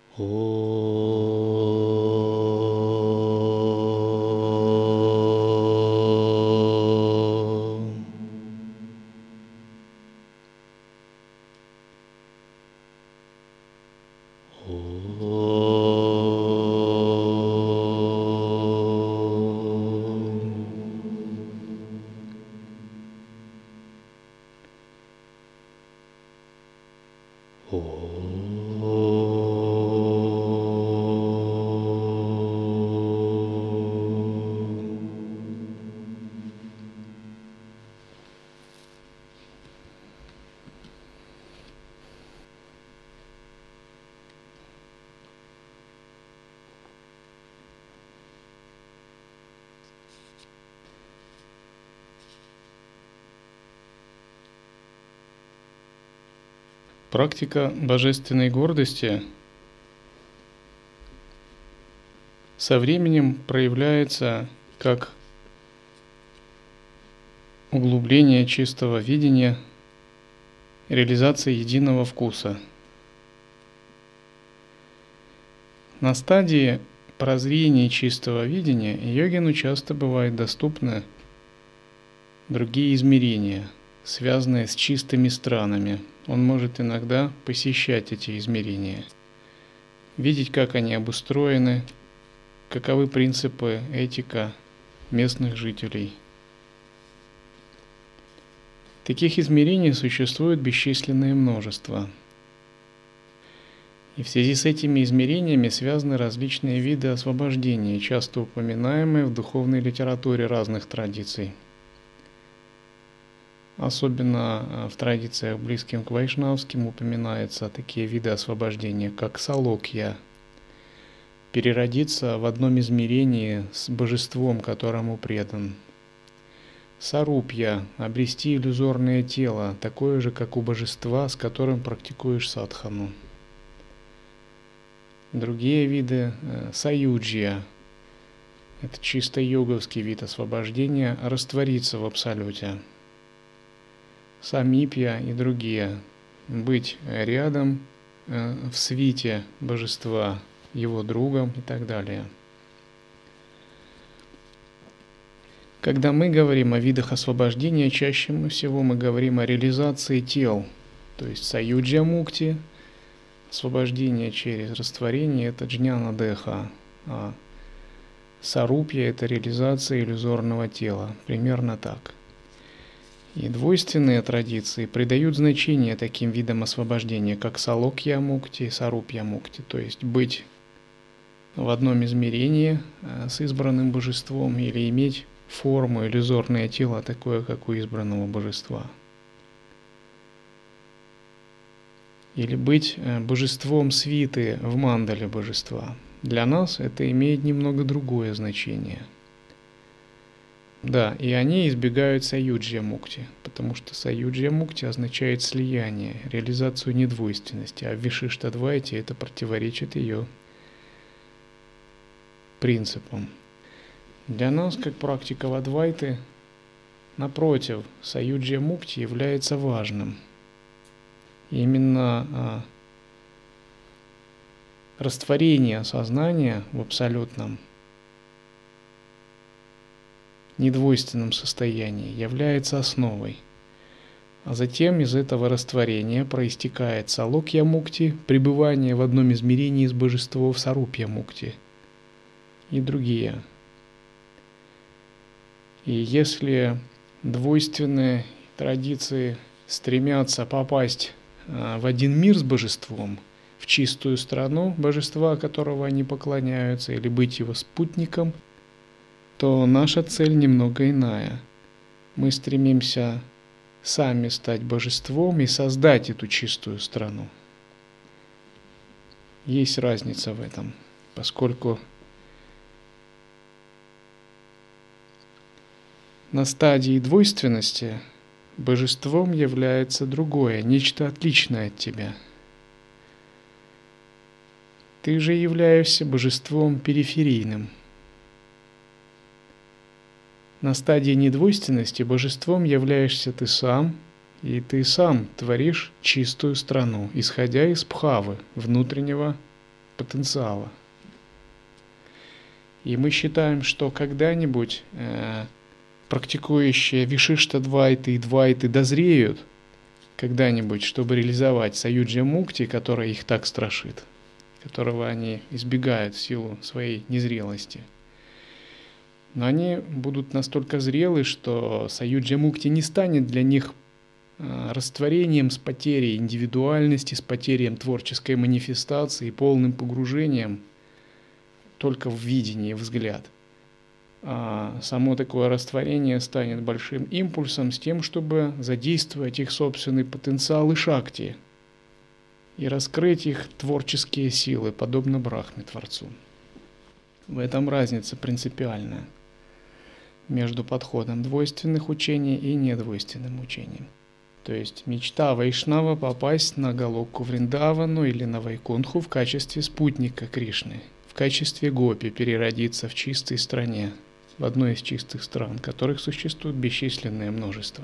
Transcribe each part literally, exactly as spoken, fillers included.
Практика божественной гордости со временем проявляется как углубление чистого видения, реализация единого вкуса. На стадии прозрения чистого видения йогину часто бывают доступны другие измерения, связанные с чистыми странами. Он может иногда посещать эти измерения, видеть, как они обустроены, каковы принципы, этика местных жителей. Таких измерений существует бесчисленное множество. И в связи с этими измерениями связаны различные виды освобождения, часто упоминаемые в духовной литературе разных традиций. Особенно в традициях, близким к вайшнавским, упоминаются такие виды освобождения, как салокья, переродиться в одном измерении с божеством, которому предан. Сарупья, обрести иллюзорное тело, такое же, как у божества, с которым практикуешь садхану. Другие виды – саюджья, это чисто йоговский вид освобождения, раствориться в абсолюте. Самипья и другие – быть рядом в свите божества, его другом и так далее. Когда мы говорим о видах освобождения, чаще всего мы говорим о реализации тел, то есть саюджья мукти, освобождение через растворение – это джняна деха, а сарупья – это реализация иллюзорного тела, примерно так. И двойственные традиции придают значение таким видам освобождения, как салокья мукти и сарупья мукти, то есть быть в одном измерении с избранным божеством или иметь форму, иллюзорное тело, такое, как у избранного божества. Или быть божеством свиты в мандале божества. Для нас это имеет немного другое значение. Да, и они избегают саюджья мукти, потому что саюджья мукти означает слияние, реализацию недвойственности, а в вишиштадвайте это противоречит ее принципам. Для нас, как практиков адвайты, напротив, саюджья мукти является важным. Именно а, растворение сознания в абсолютном недвойственном состоянии является основой. А затем из этого растворения проистекает салокья мукти, пребывание в одном измерении с божеством сарупья мукти и другие. И если двойственные традиции стремятся попасть в один мир с божеством, в чистую страну божества, которого они поклоняются, или быть его спутником, то наша цель немного иная. Мы стремимся сами стать божеством и создать эту чистую страну. Есть разница в этом, поскольку на стадии двойственности божеством является другое, нечто отличное от тебя. Ты же являешься божеством периферийным. На стадии недвойственности божеством являешься ты сам, и ты сам творишь чистую страну, исходя из бхавы, внутреннего потенциала. И мы считаем, что когда-нибудь э, практикующие Вишишта-двайты и двайты дозреют когда-нибудь, чтобы реализовать Саюджа-мукти, которая их так страшит, которого они избегают в силу своей незрелости. Но они будут настолько зрелы, что Саюджа-мукти не станет для них э, растворением с потерей индивидуальности, с потерей творческой манифестации и полным погружением только в видение, взгляд. А само такое растворение станет большим импульсом с тем, чтобы задействовать их собственный потенциал и шакти и раскрыть их творческие силы, подобно Брахме, Творцу. В этом разница принципиальная между подходом двойственных учений и недвойственным учением. То есть мечта Вайшнава попасть на Галоку Вриндавану или на Вайкунху в качестве спутника Кришны, в качестве гопи переродиться в чистой стране, в одной из чистых стран, которых существует бесчисленное множество.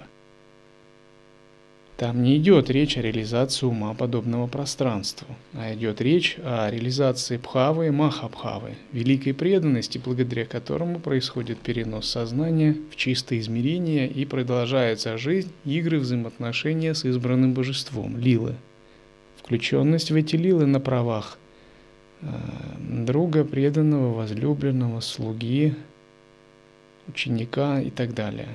Там не идет речь о реализации ума подобного пространству, а идет речь о реализации Бхавы и Махабхавы, великой преданности, благодаря которому происходит перенос сознания в чистое измерение и продолжается жизнь, игры, взаимоотношения с избранным божеством, лилы. Включенность в эти лилы на правах друга, преданного, возлюбленного, слуги, ученика и так далее,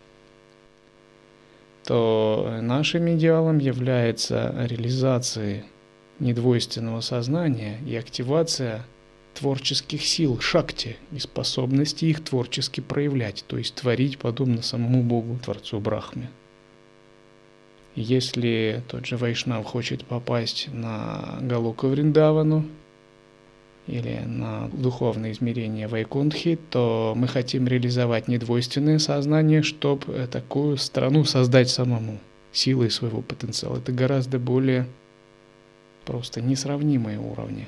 то нашим идеалом является реализация недвойственного сознания и активация творческих сил, шакти, и способности их творчески проявлять, то есть творить подобно самому Богу, Творцу Брахме. Если тот же Вайшнав хочет попасть на Галоку Вриндавану или на духовное измерение Вайкунтхи, то мы хотим реализовать недвойственное сознание, чтобы такую страну создать самому, силой своего потенциала. Это гораздо более просто несравнимые уровни.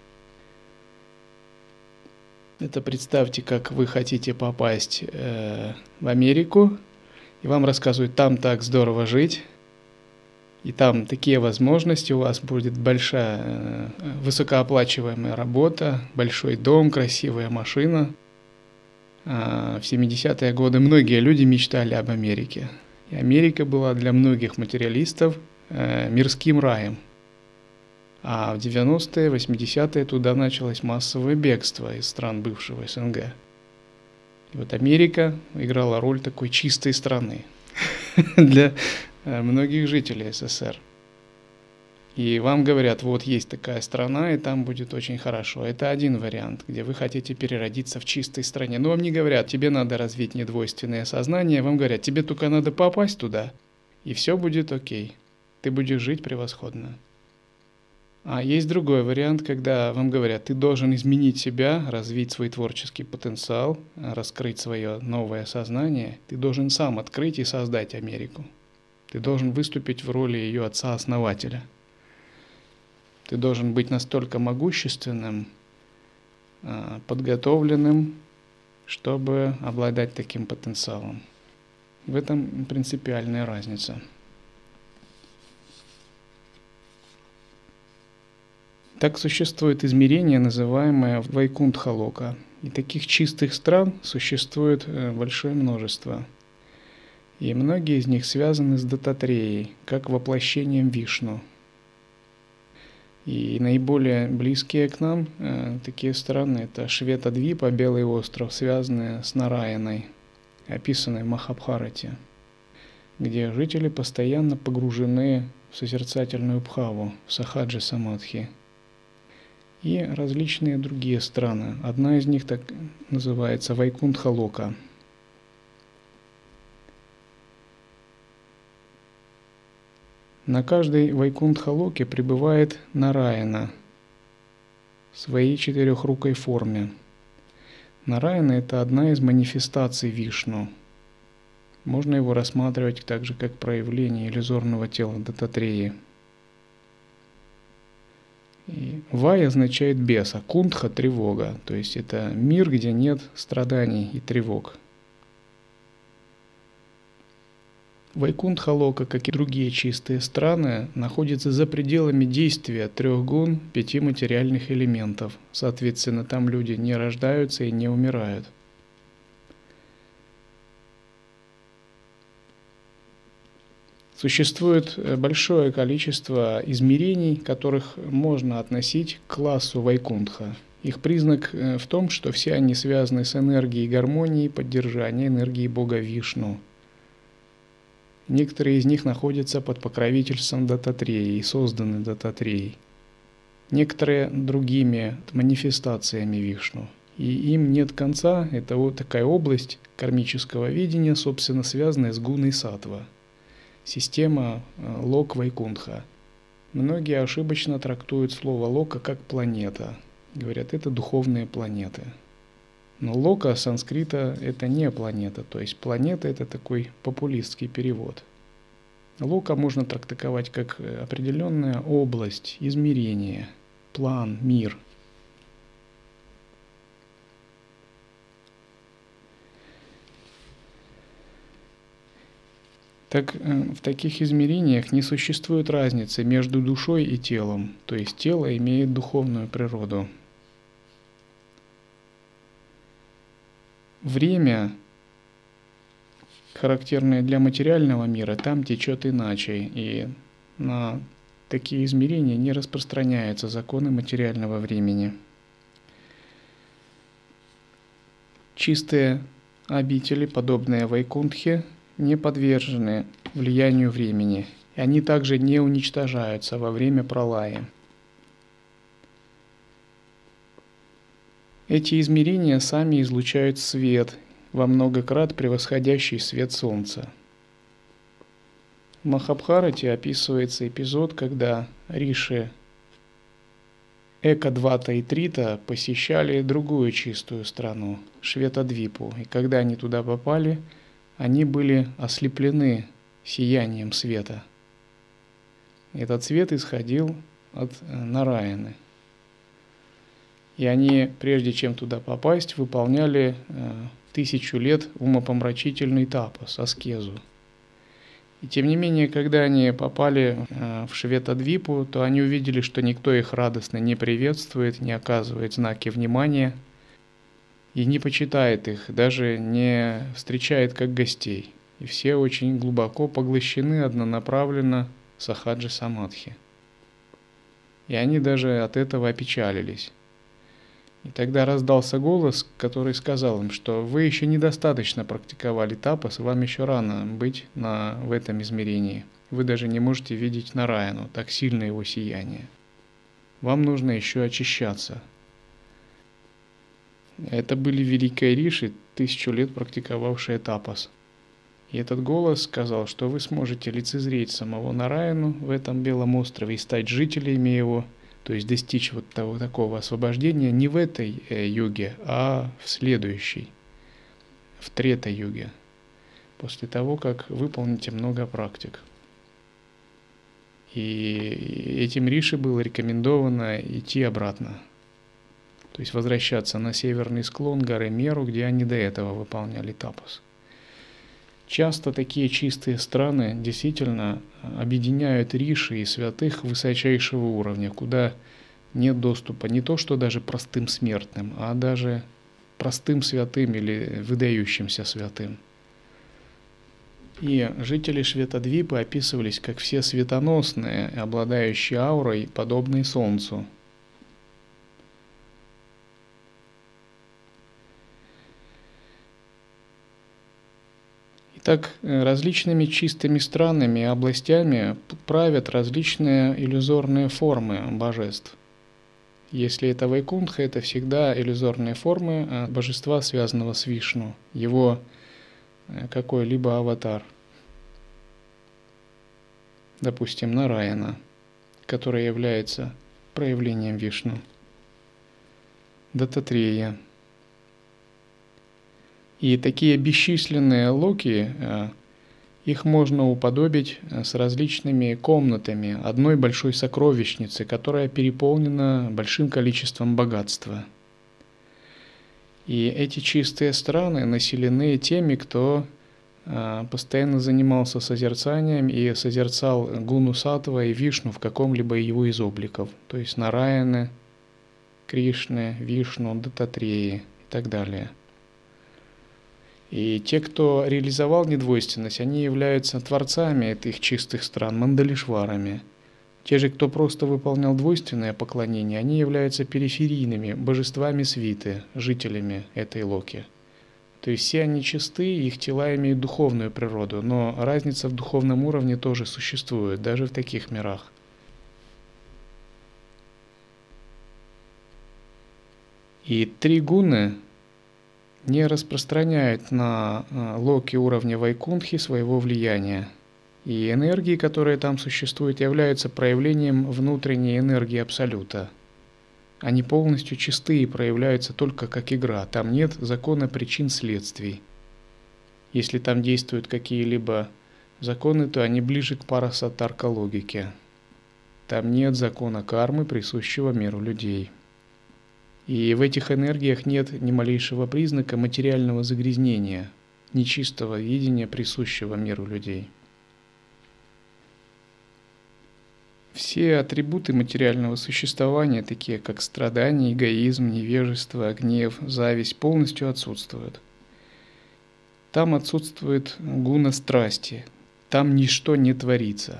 Это представьте, как вы хотите попасть э, в Америку, и вам рассказывают, там так здорово жить, и там такие возможности, у вас будет большая, высокооплачиваемая работа, большой дом, красивая машина. В семидесятые годы многие люди мечтали об Америке. И Америка была для многих материалистов мирским раем. А в девяностые, восьмидесятые туда началось массовое бегство из стран бывшего СНГ. И вот Америка играла роль такой чистой страны для многих жителей СССР. И вам говорят, вот есть такая страна, и там будет очень хорошо. Это один вариант, где вы хотите переродиться в чистой стране. Но вам не говорят, тебе надо развить недвойственное сознание, вам говорят, тебе только надо попасть туда, и все будет окей. Ты будешь жить превосходно. А есть другой вариант, когда вам говорят, ты должен изменить себя, развить свой творческий потенциал, раскрыть свое новое сознание, ты должен сам открыть и создать Америку. Ты должен выступить в роли ее отца-основателя. Ты должен быть настолько могущественным, подготовленным, чтобы обладать таким потенциалом. В этом принципиальная разница. Так существует измерение, называемое Вайкунтха-лока. И таких чистых стран существует большое множество. И многие из них связаны с Дататреей, как воплощением Вишну. И наиболее близкие к нам э, такие страны — это Шветадвипа, Белый остров, связанные с Нараяной, описанной в Махабхарате, где жители постоянно погружены в созерцательную бхаву, в сахаджи самадхи. И различные другие страны. Одна из них так называется Вайкунтха-лока. На каждой Вайкунтха-локе пребывает Нараяна в своей четырехрукой форме. Нараяна — это одна из манифестаций Вишну. Можно его рассматривать так же, как проявление иллюзорного тела Дататреи. И Вай означает бес, а Кунтха — тревога, то есть это мир, где нет страданий и тревог. Вайкунтха-лока, как и другие чистые страны, находится за пределами действия трех гун, пяти материальных элементов. Соответственно, там люди не рождаются и не умирают. Существует большое количество измерений, которых можно относить к классу Вайкунтха. Их признак в том, что все они связаны с энергией гармонии и поддержания энергии Бога Вишну. Некоторые из них находятся под покровительством Даттатреи и созданы Даттатреей. Некоторые другими манифестациями Вишну. И им нет конца. Это вот такая область кармического видения, собственно, связанная с гуной саттва. Система Лок Вайкунтха. Многие ошибочно трактуют слово Лока как планета. Говорят, это духовные планеты. Но Лока санскрита это не планета, то есть планета это такой популистский перевод. Лока можно трактовать как определенная область, измерение, план, мир. Так в таких измерениях не существует разницы между душой и телом, то есть тело имеет духовную природу. Время, характерное для материального мира, там течет иначе, и на такие измерения не распространяются законы материального времени. Чистые обители, подобные Вайкунтхе, не подвержены влиянию времени, и они также не уничтожаются во время пралая. Эти измерения сами излучают свет, во много крат превосходящий свет Солнца. В Махабхарате описывается эпизод, когда риши Экадвата и Трита посещали другую чистую страну, Шветадвипу, и когда они туда попали, они были ослеплены сиянием света. Этот свет исходил от Нараяны. И они, прежде чем туда попасть, выполняли э, тысячу лет умопомрачительный тапас, аскезу. И тем не менее, когда они попали э, в Шветадвипу, то они увидели, что никто их радостно не приветствует, не оказывает знаки внимания и не почитает их, даже не встречает как гостей. И все очень глубоко поглощены однонаправленно сахаджи самадхи. И они даже от этого опечалились. И тогда раздался голос, который сказал им, что вы еще недостаточно практиковали тапас, вам еще рано быть на, в этом измерении. Вы даже не можете видеть Нараяну, так сильно его сияние. Вам нужно еще очищаться. Это были великие риши, тысячу лет практиковавшие тапас. И этот голос сказал, что вы сможете лицезреть самого Нараяну в этом белом острове и стать жителями его, то есть достичь вот того такого освобождения не в этой э, юге, а в следующей, в трета-юге, после того, как выполните много практик. И этим риши было рекомендовано идти обратно, то есть возвращаться на северный склон горы Меру, где они до этого выполняли тапас. Часто такие чистые страны действительно объединяют риши и святых высочайшего уровня, куда нет доступа не то что даже простым смертным, а даже простым святым или выдающимся святым. И жители Шветадвипы описывались как все светоносные, обладающие аурой, подобной Солнцу. Так, различными чистыми странами и областями правят различные иллюзорные формы божеств. Если это Вайкунтха, это всегда иллюзорные формы божества, связанного с Вишну, его какой-либо аватар. Допустим, Нараяна, который является проявлением Вишну. Даттатрея. И такие бесчисленные локи, их можно уподобить с различными комнатами одной большой сокровищницы, которая переполнена большим количеством богатства. И эти чистые страны населены теми, кто постоянно занимался созерцанием и созерцал гуну Саттва и Вишну в каком-либо его из обликов, то есть Нараяны, Кришны, Вишну, Даттатреи и так далее. И те, кто реализовал недвойственность, они являются творцами этих чистых стран, мандалишварами. Те же, кто просто выполнял двойственное поклонение, они являются периферийными божествами свиты, жителями этой локи. То есть все они чисты, их тела имеют духовную природу, но разница в духовном уровне тоже существует, даже в таких мирах. И три гуны не распространяют на локи уровня Вайкунтхи своего влияния. И энергии, которые там существуют, являются проявлением внутренней энергии Абсолюта. Они полностью чистые и проявляются только как игра. Там нет закона причин-следствий. Если там действуют какие-либо законы, то они ближе к парасаттарка-логике. Там нет закона кармы, присущего миру людей. И в этих энергиях нет ни малейшего признака материального загрязнения, нечистого видения, присущего миру людей. Все атрибуты материального существования, такие как страдание, эгоизм, невежество, гнев, зависть, полностью отсутствуют. Там отсутствует гуна страсти, там ничто не творится.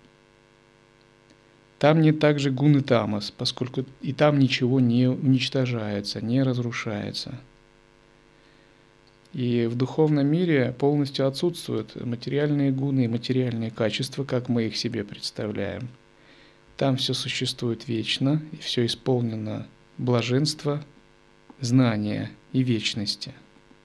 Там нет также гуны тамас, поскольку и там ничего не уничтожается, не разрушается. И в духовном мире полностью отсутствуют материальные гуны и материальные качества, как мы их себе представляем. Там все существует вечно, и все исполнено блаженства, знания и вечности.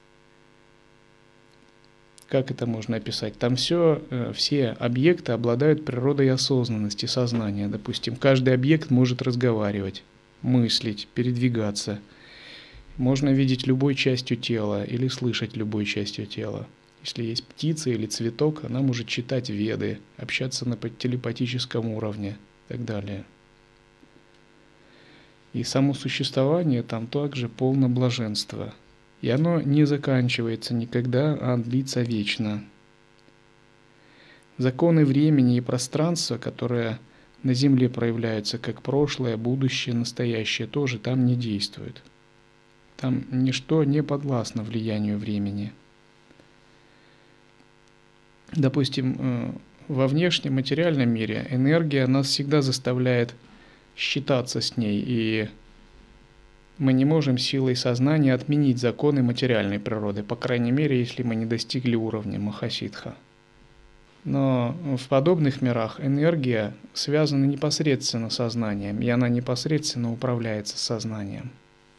Как это можно описать? Там все, все объекты обладают природой осознанности, сознания. Допустим, каждый объект может разговаривать, мыслить, передвигаться. Можно видеть любой частью тела или слышать любой частью тела. Если есть птица или цветок, она может читать веды, общаться на телепатическом уровне и так далее. И само существование там также полно блаженства. И оно не заканчивается никогда, а длится вечно. Законы времени и пространства, которые на Земле проявляются как прошлое, будущее, настоящее, тоже там не действуют. Там ничто не подвластно влиянию времени. Допустим, во внешнем материальном мире энергия нас всегда заставляет считаться с ней, и мы не можем силой сознания отменить законы материальной природы, по крайней мере, если мы не достигли уровня Махасидха. Но в подобных мирах энергия связана непосредственно с сознанием, и она непосредственно управляется сознанием.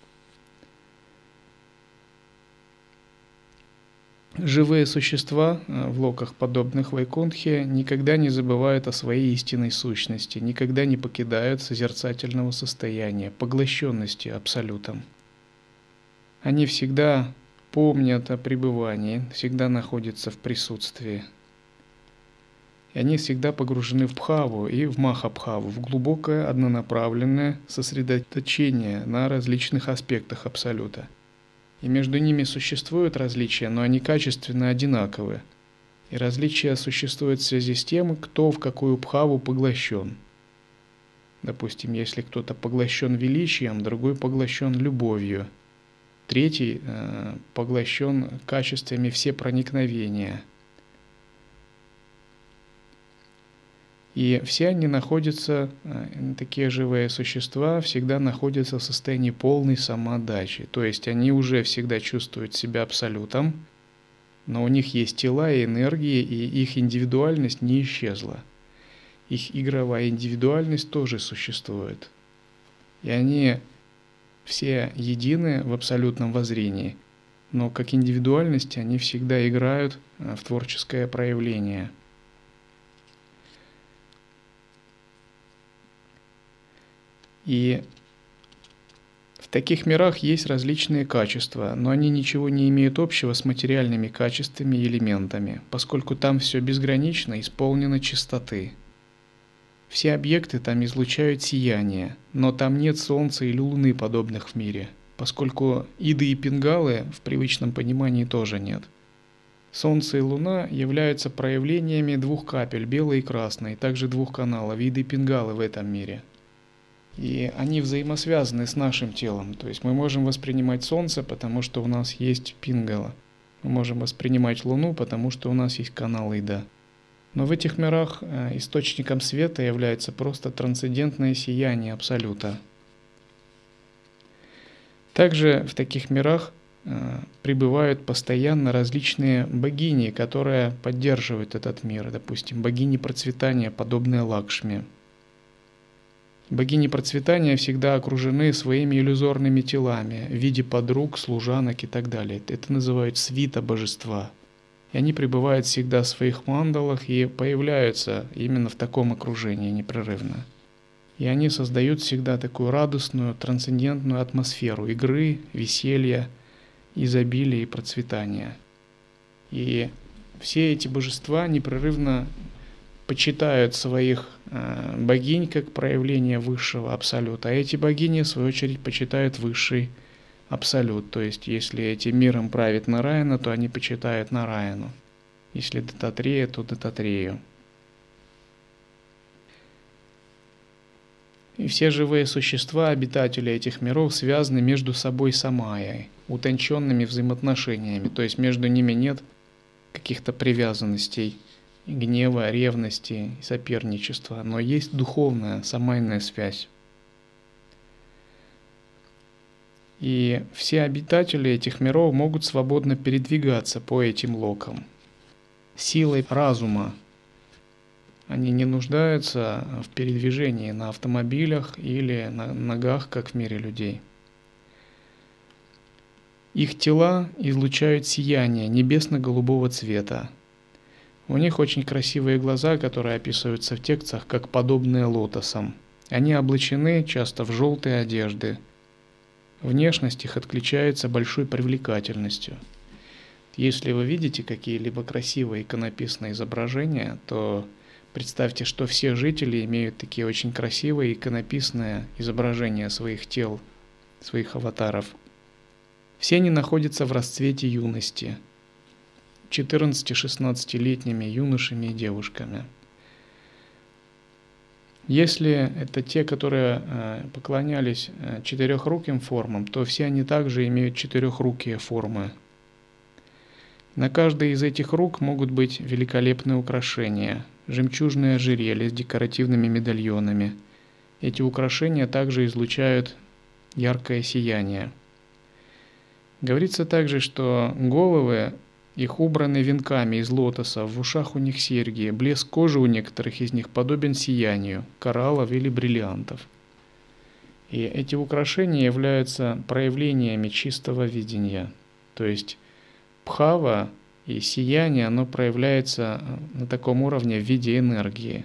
Живые существа в локах, подобных Вайкунтхе, никогда не забывают о своей истинной сущности, никогда не покидают созерцательного состояния, поглощенности Абсолютом. Они всегда помнят о пребывании, всегда находятся в присутствии. И они всегда погружены в бхаву и в махабхаву, в глубокое однонаправленное сосредоточение на различных аспектах Абсолюта. И между ними существуют различия, но они качественно одинаковы. И различия существуют в связи с тем, кто в какую бхаву поглощен. Допустим, если кто-то поглощен величием, другой поглощен любовью, третий э, поглощен качествами всепроникновения. И все они находятся, такие живые существа, всегда находятся в состоянии полной самоотдачи. То есть они уже всегда чувствуют себя Абсолютом, но у них есть тела и энергии, и их индивидуальность не исчезла. Их игровая индивидуальность тоже существует. И они все едины в абсолютном воззрении, но как индивидуальности они всегда играют в творческое проявление. И в таких мирах есть различные качества, но они ничего не имеют общего с материальными качествами и элементами, поскольку там все безгранично исполнено чистоты. Все объекты там излучают сияние, но там нет солнца или луны, подобных в мире, поскольку иды и пингалы в привычном понимании тоже нет. Солнце и Луна являются проявлениями двух капель, белой и красной, также двух каналов, виды пингалы в этом мире. И они взаимосвязаны с нашим телом. То есть мы можем воспринимать Солнце, потому что у нас есть пингала. Мы можем воспринимать Луну, потому что у нас есть канал Ида. Но в этих мирах источником света является просто трансцендентное сияние Абсолюта. Также в таких мирах э, пребывают постоянно различные богини, которые поддерживают этот мир. Допустим, богини процветания, подобные Лакшми. Богини процветания всегда окружены своими иллюзорными телами в виде подруг, служанок и так далее. Это называют свита божества. И они пребывают всегда в своих мандалах и появляются именно в таком окружении непрерывно. И они создают всегда такую радостную, трансцендентную атмосферу игры, веселья, изобилия и процветания. И все эти божества непрерывно почитают своих э, богинь как проявление высшего абсолюта, а эти богини, в свою очередь, почитают высший абсолют. То есть, если этим миром правит Нараяна, то они почитают Нараяну. Если Дататрея, то Дататрею. И все живые существа, обитатели этих миров, связаны между собой самайей, утонченными взаимоотношениями. То есть между ними нет каких-то привязанностей, гнева, ревности, соперничества, но есть духовная, самайная связь. И все обитатели этих миров могут свободно передвигаться по этим локам. Силой разума. Они не нуждаются в передвижении на автомобилях или на ногах, как в мире людей. Их тела излучают сияние небесно-голубого цвета. У них очень красивые глаза, которые описываются в текстах как подобные лотосам. Они облачены часто в желтые одежды. Внешность их отличается большой привлекательностью. Если вы видите какие-либо красивые иконописные изображения, то представьте, что все жители имеют такие очень красивые иконописные изображения своих тел, своих аватаров. Все они находятся в расцвете юности, четырнадцати-шестнадцатилетними юношами и девушками. Если это те, которые э, поклонялись э, четырехруким формам, то все они также имеют четырехрукие формы. На каждой из этих рук могут быть великолепные украшения, жемчужные ожерелья с декоративными медальонами. Эти украшения также излучают яркое сияние. Говорится также, что головы их убраны венками из лотоса, в ушах у них серьги, блеск кожи у некоторых из них подобен сиянию кораллов или бриллиантов. И эти украшения являются проявлениями чистого видения, то есть бхава и сияние, оно проявляется на таком уровне в виде энергии.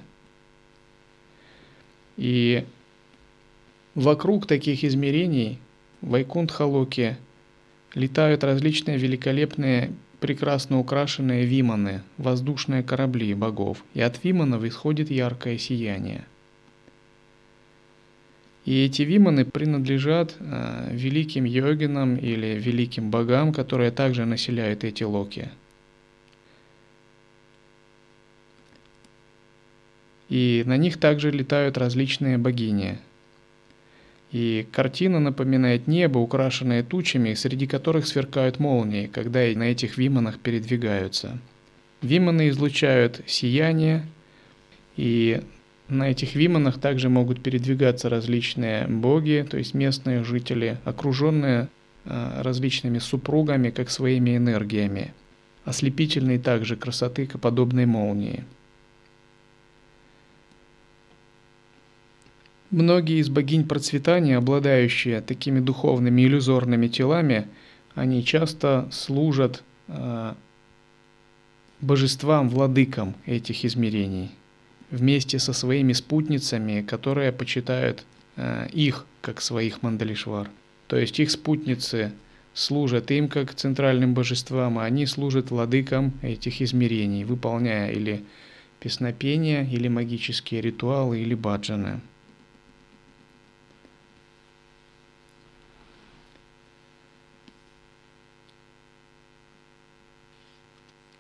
И вокруг таких измерений в Вайкунтха-локе летают различные великолепные, прекрасно украшенные виманы, воздушные корабли богов, и от виманов исходит яркое сияние. И эти виманы принадлежат э, великим йогинам или великим богам, которые также населяют эти локи. И на них также летают различные богини. И картина напоминает небо, украшенное тучами, среди которых сверкают молнии, когда на этих виманах передвигаются. Виманы излучают сияние, и на этих виманах также могут передвигаться различные боги, то есть местные жители, окруженные э, различными супругами, как своими энергиями, ослепительной также красоты, подобной молнии. Многие из богинь процветания, обладающие такими духовными иллюзорными телами, они часто служат э, божествам-владыкам этих измерений, вместе со своими спутницами, которые почитают э, их как своих Мандалишвар. То есть их спутницы служат им как центральным божествам, а они служат владыкам этих измерений, выполняя или песнопения, или магические ритуалы, или баджаны.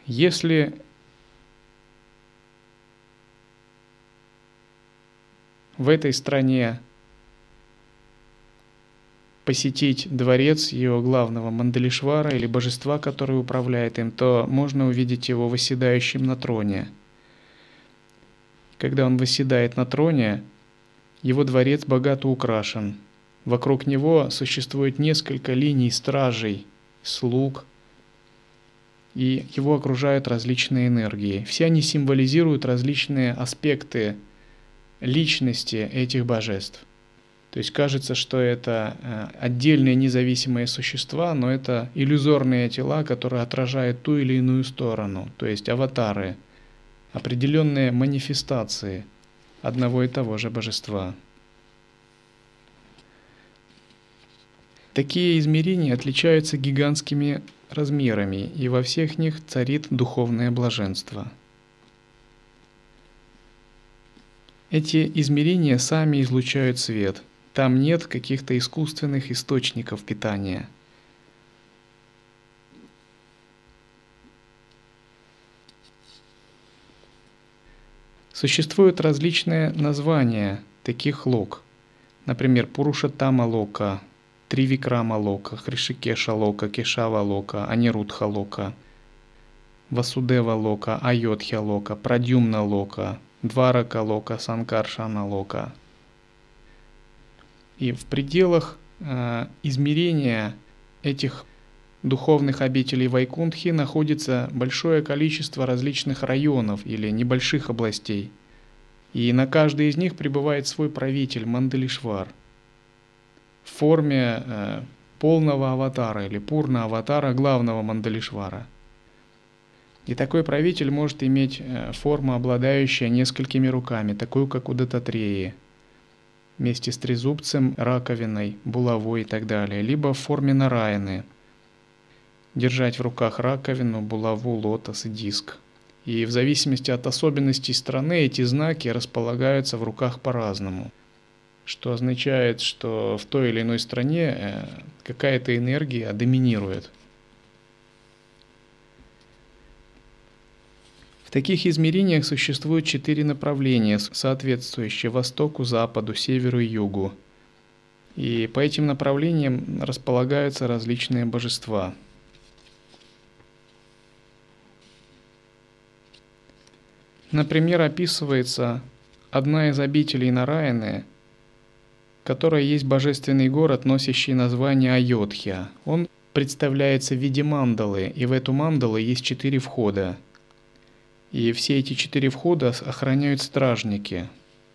Если в этой стране посетить дворец ее главного Мандалишвара или божества, которое управляет им, то можно увидеть его восседающим на троне. Когда он восседает на троне, его дворец богато украшен. Вокруг него существует несколько линий стражей, слуг, и его окружают различные энергии. Все они символизируют различные аспекты личности этих божеств. То есть кажется, что это отдельные независимые существа, но это иллюзорные тела, которые отражают ту или иную сторону, то есть аватары, определенные манифестации одного и того же божества. Такие измерения отличаются гигантскими размерами, и во всех них царит духовное блаженство. Эти измерения сами излучают свет. Там нет каких-то искусственных источников питания. Существуют различные названия таких лок. Например, Пурушаттама лока, Тривикрама лока, Хришикеша лока, Кешава лока, Анирудха лока, Васудева лока, Айодхья лока, Прадьюмна лока, Дварака лока, Санкаршана лока. И в пределах э, измерения этих духовных обителей Вайкунтхи находится большое количество различных районов или небольших областей. И на каждой из них пребывает свой правитель Мандалишвар в форме э, полного аватара или пурна аватара главного Мандалишвара. И такой правитель может иметь э, форму, обладающую несколькими руками, такую как у Дататреи, вместе с трезубцем, раковиной, булавой и так далее, либо в форме Нараяны, держать в руках раковину, булаву, лотос и диск. И в зависимости от особенностей страны эти знаки располагаются в руках по-разному, что означает, что в той или иной стране какая-то энергия доминирует. В таких измерениях существует четыре направления, соответствующие востоку, западу, северу и югу. И по этим направлениям располагаются различные божества. Например, описывается одна из обителей Нараяны, которая есть божественный город, носящий название Айодхья. Он представляется в виде мандалы, и в эту мандалу есть четыре входа. И все эти четыре входа охраняют стражники.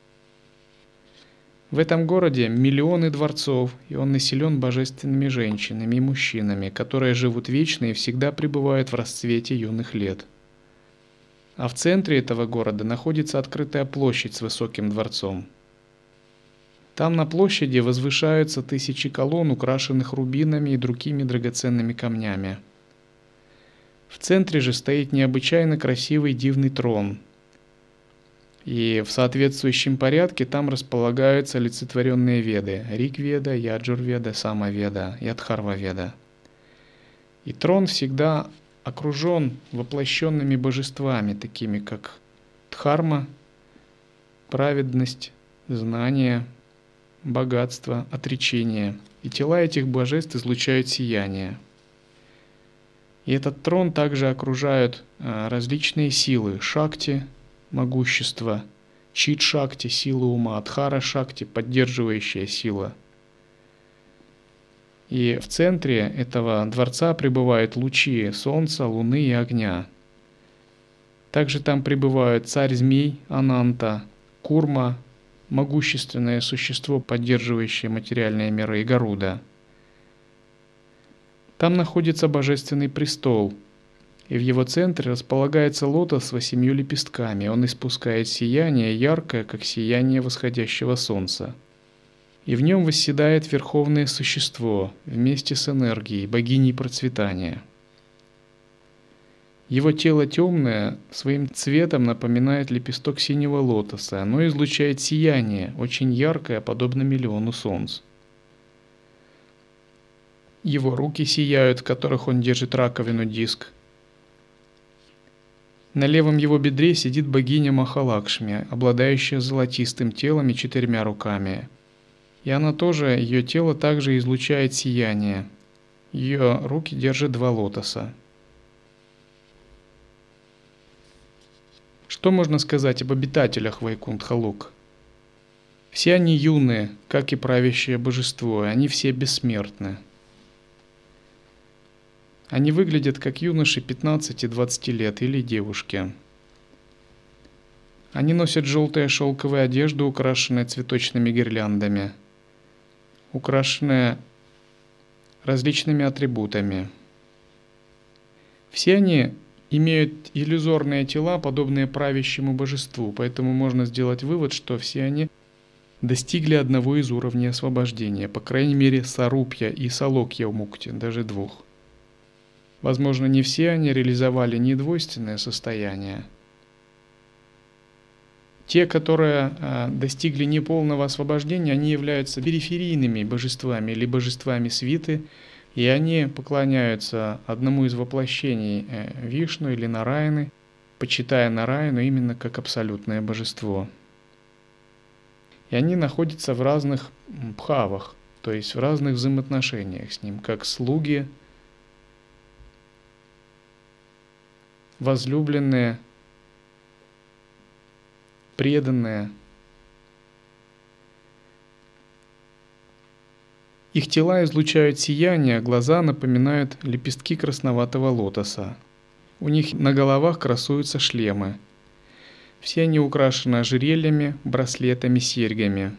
В этом городе миллионы дворцов, и он населен божественными женщинами и мужчинами, которые живут вечно и всегда пребывают в расцвете юных лет. А в центре этого города находится открытая площадь с высоким дворцом. Там на площади возвышаются тысячи колонн, украшенных рубинами и другими драгоценными камнями. В центре же стоит необычайно красивый дивный трон. И в соответствующем порядке там располагаются олицетворенные веды – Ригведа, Яджурведа, Самаведа и Адхарваведа. И трон всегда окружен воплощенными божествами, такими как Дхарма, праведность, знание, богатство, отречение. И тела этих божеств излучают сияние. И этот трон также окружают различные силы – Шакти – могущество, Чит-Шакти – сила ума, Адхара-Шакти – поддерживающая сила. И в центре этого дворца пребывают лучи солнца, луны и огня. Также там пребывают царь-змей Ананта, Курма – могущественное существо, поддерживающее материальные миры, и Гаруда. Там находится божественный престол, и в его центре располагается лотос с восемью лепестками. Он испускает сияние, яркое, как сияние восходящего солнца. И в нем восседает верховное существо вместе с энергией, богиней процветания. Его тело темное, своим цветом напоминает лепесток синего лотоса. Оно излучает сияние, очень яркое, подобно миллиону солнц. Его руки сияют, в которых он держит раковину-диск. На левом его бедре сидит богиня Махалакшми, обладающая золотистым телом и четырьмя руками. И она тоже, ее тело также излучает сияние. Ее руки держат два лотоса. Что можно сказать об обитателях Вайкунтха-Лок? Все они юные, как и правящее божество, и они все бессмертны. Они выглядят как юноши пятнадцати-двадцати лет или девушки. Они носят желтые шелковые одежды, украшенные цветочными гирляндами, украшенные различными атрибутами. Все они имеют иллюзорные тела, подобные правящему божеству, поэтому можно сделать вывод, что все они достигли одного из уровней освобождения, по крайней мере Сарупья и Салокья-мукти, даже двух. Возможно, не все они реализовали недвойственное состояние. Те, которые э, достигли неполного освобождения, они являются периферийными божествами или божествами свиты, и они поклоняются одному из воплощений э, Вишну или Нараяны, почитая Нараяну именно как абсолютное божество. И они находятся в разных бхавах, то есть в разных взаимоотношениях с ним, как слуги, возлюбленные, преданные. Их тела излучают сияние, а глаза напоминают лепестки красноватого лотоса. У них на головах красуются шлемы. Все они украшены ожерельями, браслетами, серьгами.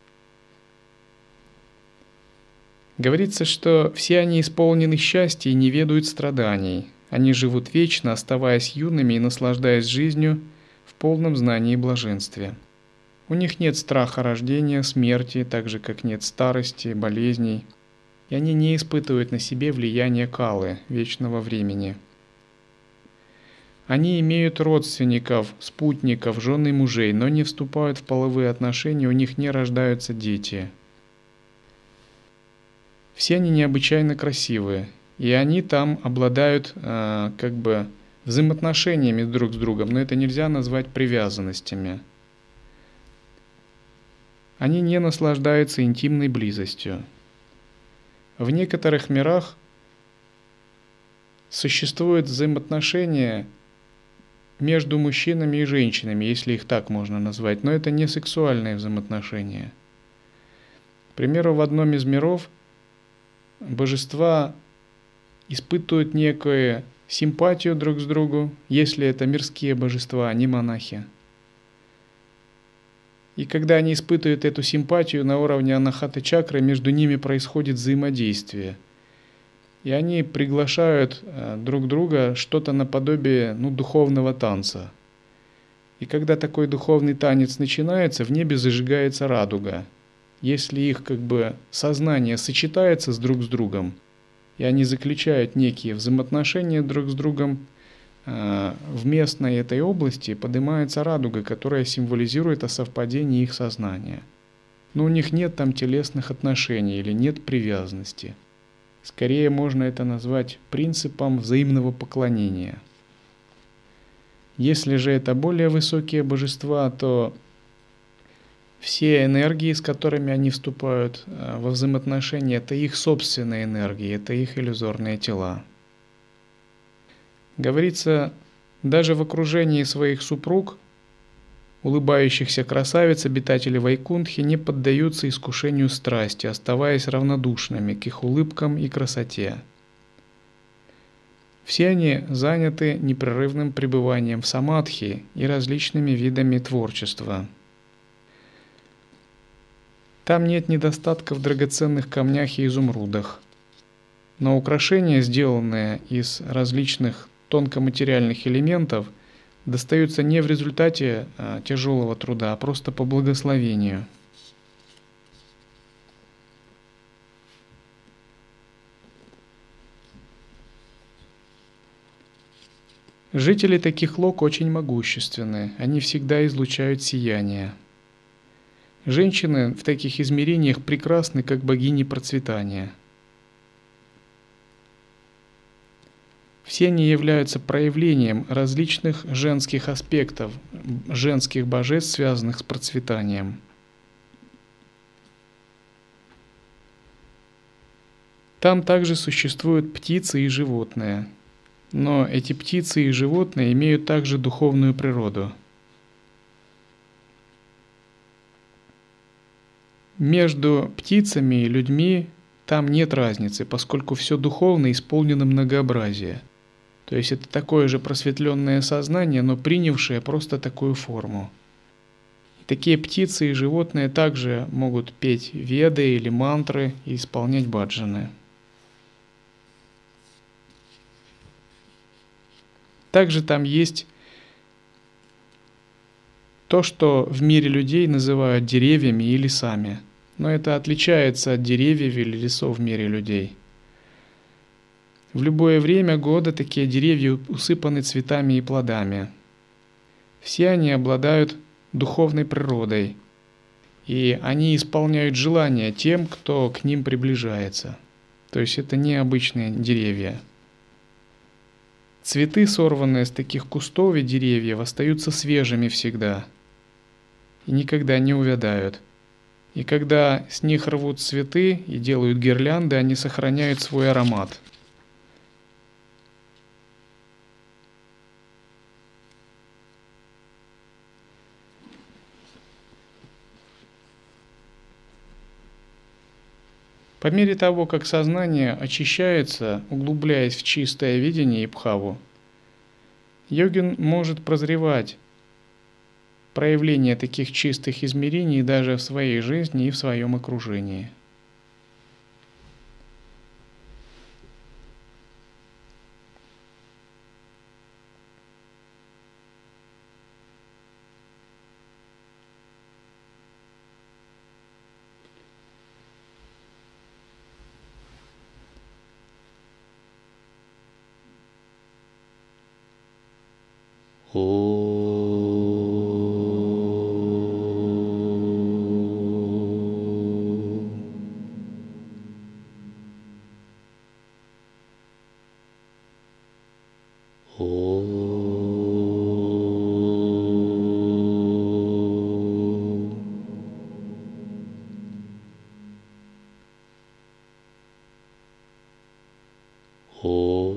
Говорится, что все они исполнены счастья и не ведают страданий. Они живут вечно, оставаясь юными и наслаждаясь жизнью в полном знании и блаженстве. У них нет страха рождения, смерти, так же как нет старости, болезней, и они не испытывают на себе влияние калы, вечного времени. Они имеют родственников, спутников, жен и мужей, но не вступают в половые отношения, у них не рождаются дети. Все они необычайно красивые, и они там обладают э, как бы взаимоотношениями друг с другом, но это нельзя назвать привязанностями. Они не наслаждаются интимной близостью. В некоторых мирах существуют взаимоотношения между мужчинами и женщинами, если их так можно назвать, но это не сексуальные взаимоотношения. К примеру, в одном из миров божества испытывают некую симпатию друг с другом, если это мирские божества, а не монахи. И когда они испытывают эту симпатию на уровне анахата чакры, между ними происходит взаимодействие. И они приглашают друг друга что-то наподобие ну, духовного танца. И когда такой духовный танец начинается, в небе зажигается радуга. Если их как бы сознание сочетается с друг с другом, и они заключают некие взаимоотношения друг с другом, в местной этой области поднимается радуга, которая символизирует о совпадении их сознания. Но у них нет там телесных отношений или нет привязанности. Скорее можно это назвать принципом взаимного поклонения. Если же это более высокие божества, то все энергии, с которыми они вступают во взаимоотношения, это их собственные энергии, это их иллюзорные тела. Говорится, даже в окружении своих супруг, улыбающихся красавиц, обитатели Вайкунтхи не поддаются искушению страсти, оставаясь равнодушными к их улыбкам и красоте. Все они заняты непрерывным пребыванием в самадхи и различными видами творчества. Там нет недостатка в драгоценных камнях и изумрудах, но украшения, сделанные из различных тонкоматериальных элементов, достаются не в результате а, тяжелого труда, а просто по благословению. Жители таких лок очень могущественны, они всегда излучают сияние. Женщины в таких измерениях прекрасны, как богини процветания. Все они являются проявлением различных женских аспектов, женских божеств, связанных с процветанием. Там также существуют птицы и животные, но эти птицы и животные имеют также духовную природу. Между птицами и людьми там нет разницы, поскольку все духовно исполнено многообразие. То есть это такое же просветленное сознание, но принявшее просто такую форму. И такие птицы и животные также могут петь веды или мантры и исполнять баджаны. Также там есть то, что в мире людей называют деревьями и лесами. Но это отличается от деревьев или лесов в мире людей. В любое время года такие деревья усыпаны цветами и плодами. Все они обладают духовной природой, и они исполняют желания тем, кто к ним приближается. То есть это не обычные деревья. Цветы, сорванные с таких кустов и деревьев, остаются свежими всегда и никогда не увядают. И когда с них рвут цветы и делают гирлянды, они сохраняют свой аромат. По мере того, как сознание очищается, углубляясь в чистое видение и бхаву, йогин может прозревать проявление таких чистых измерений даже в своей жизни и в своем окружении. Oh.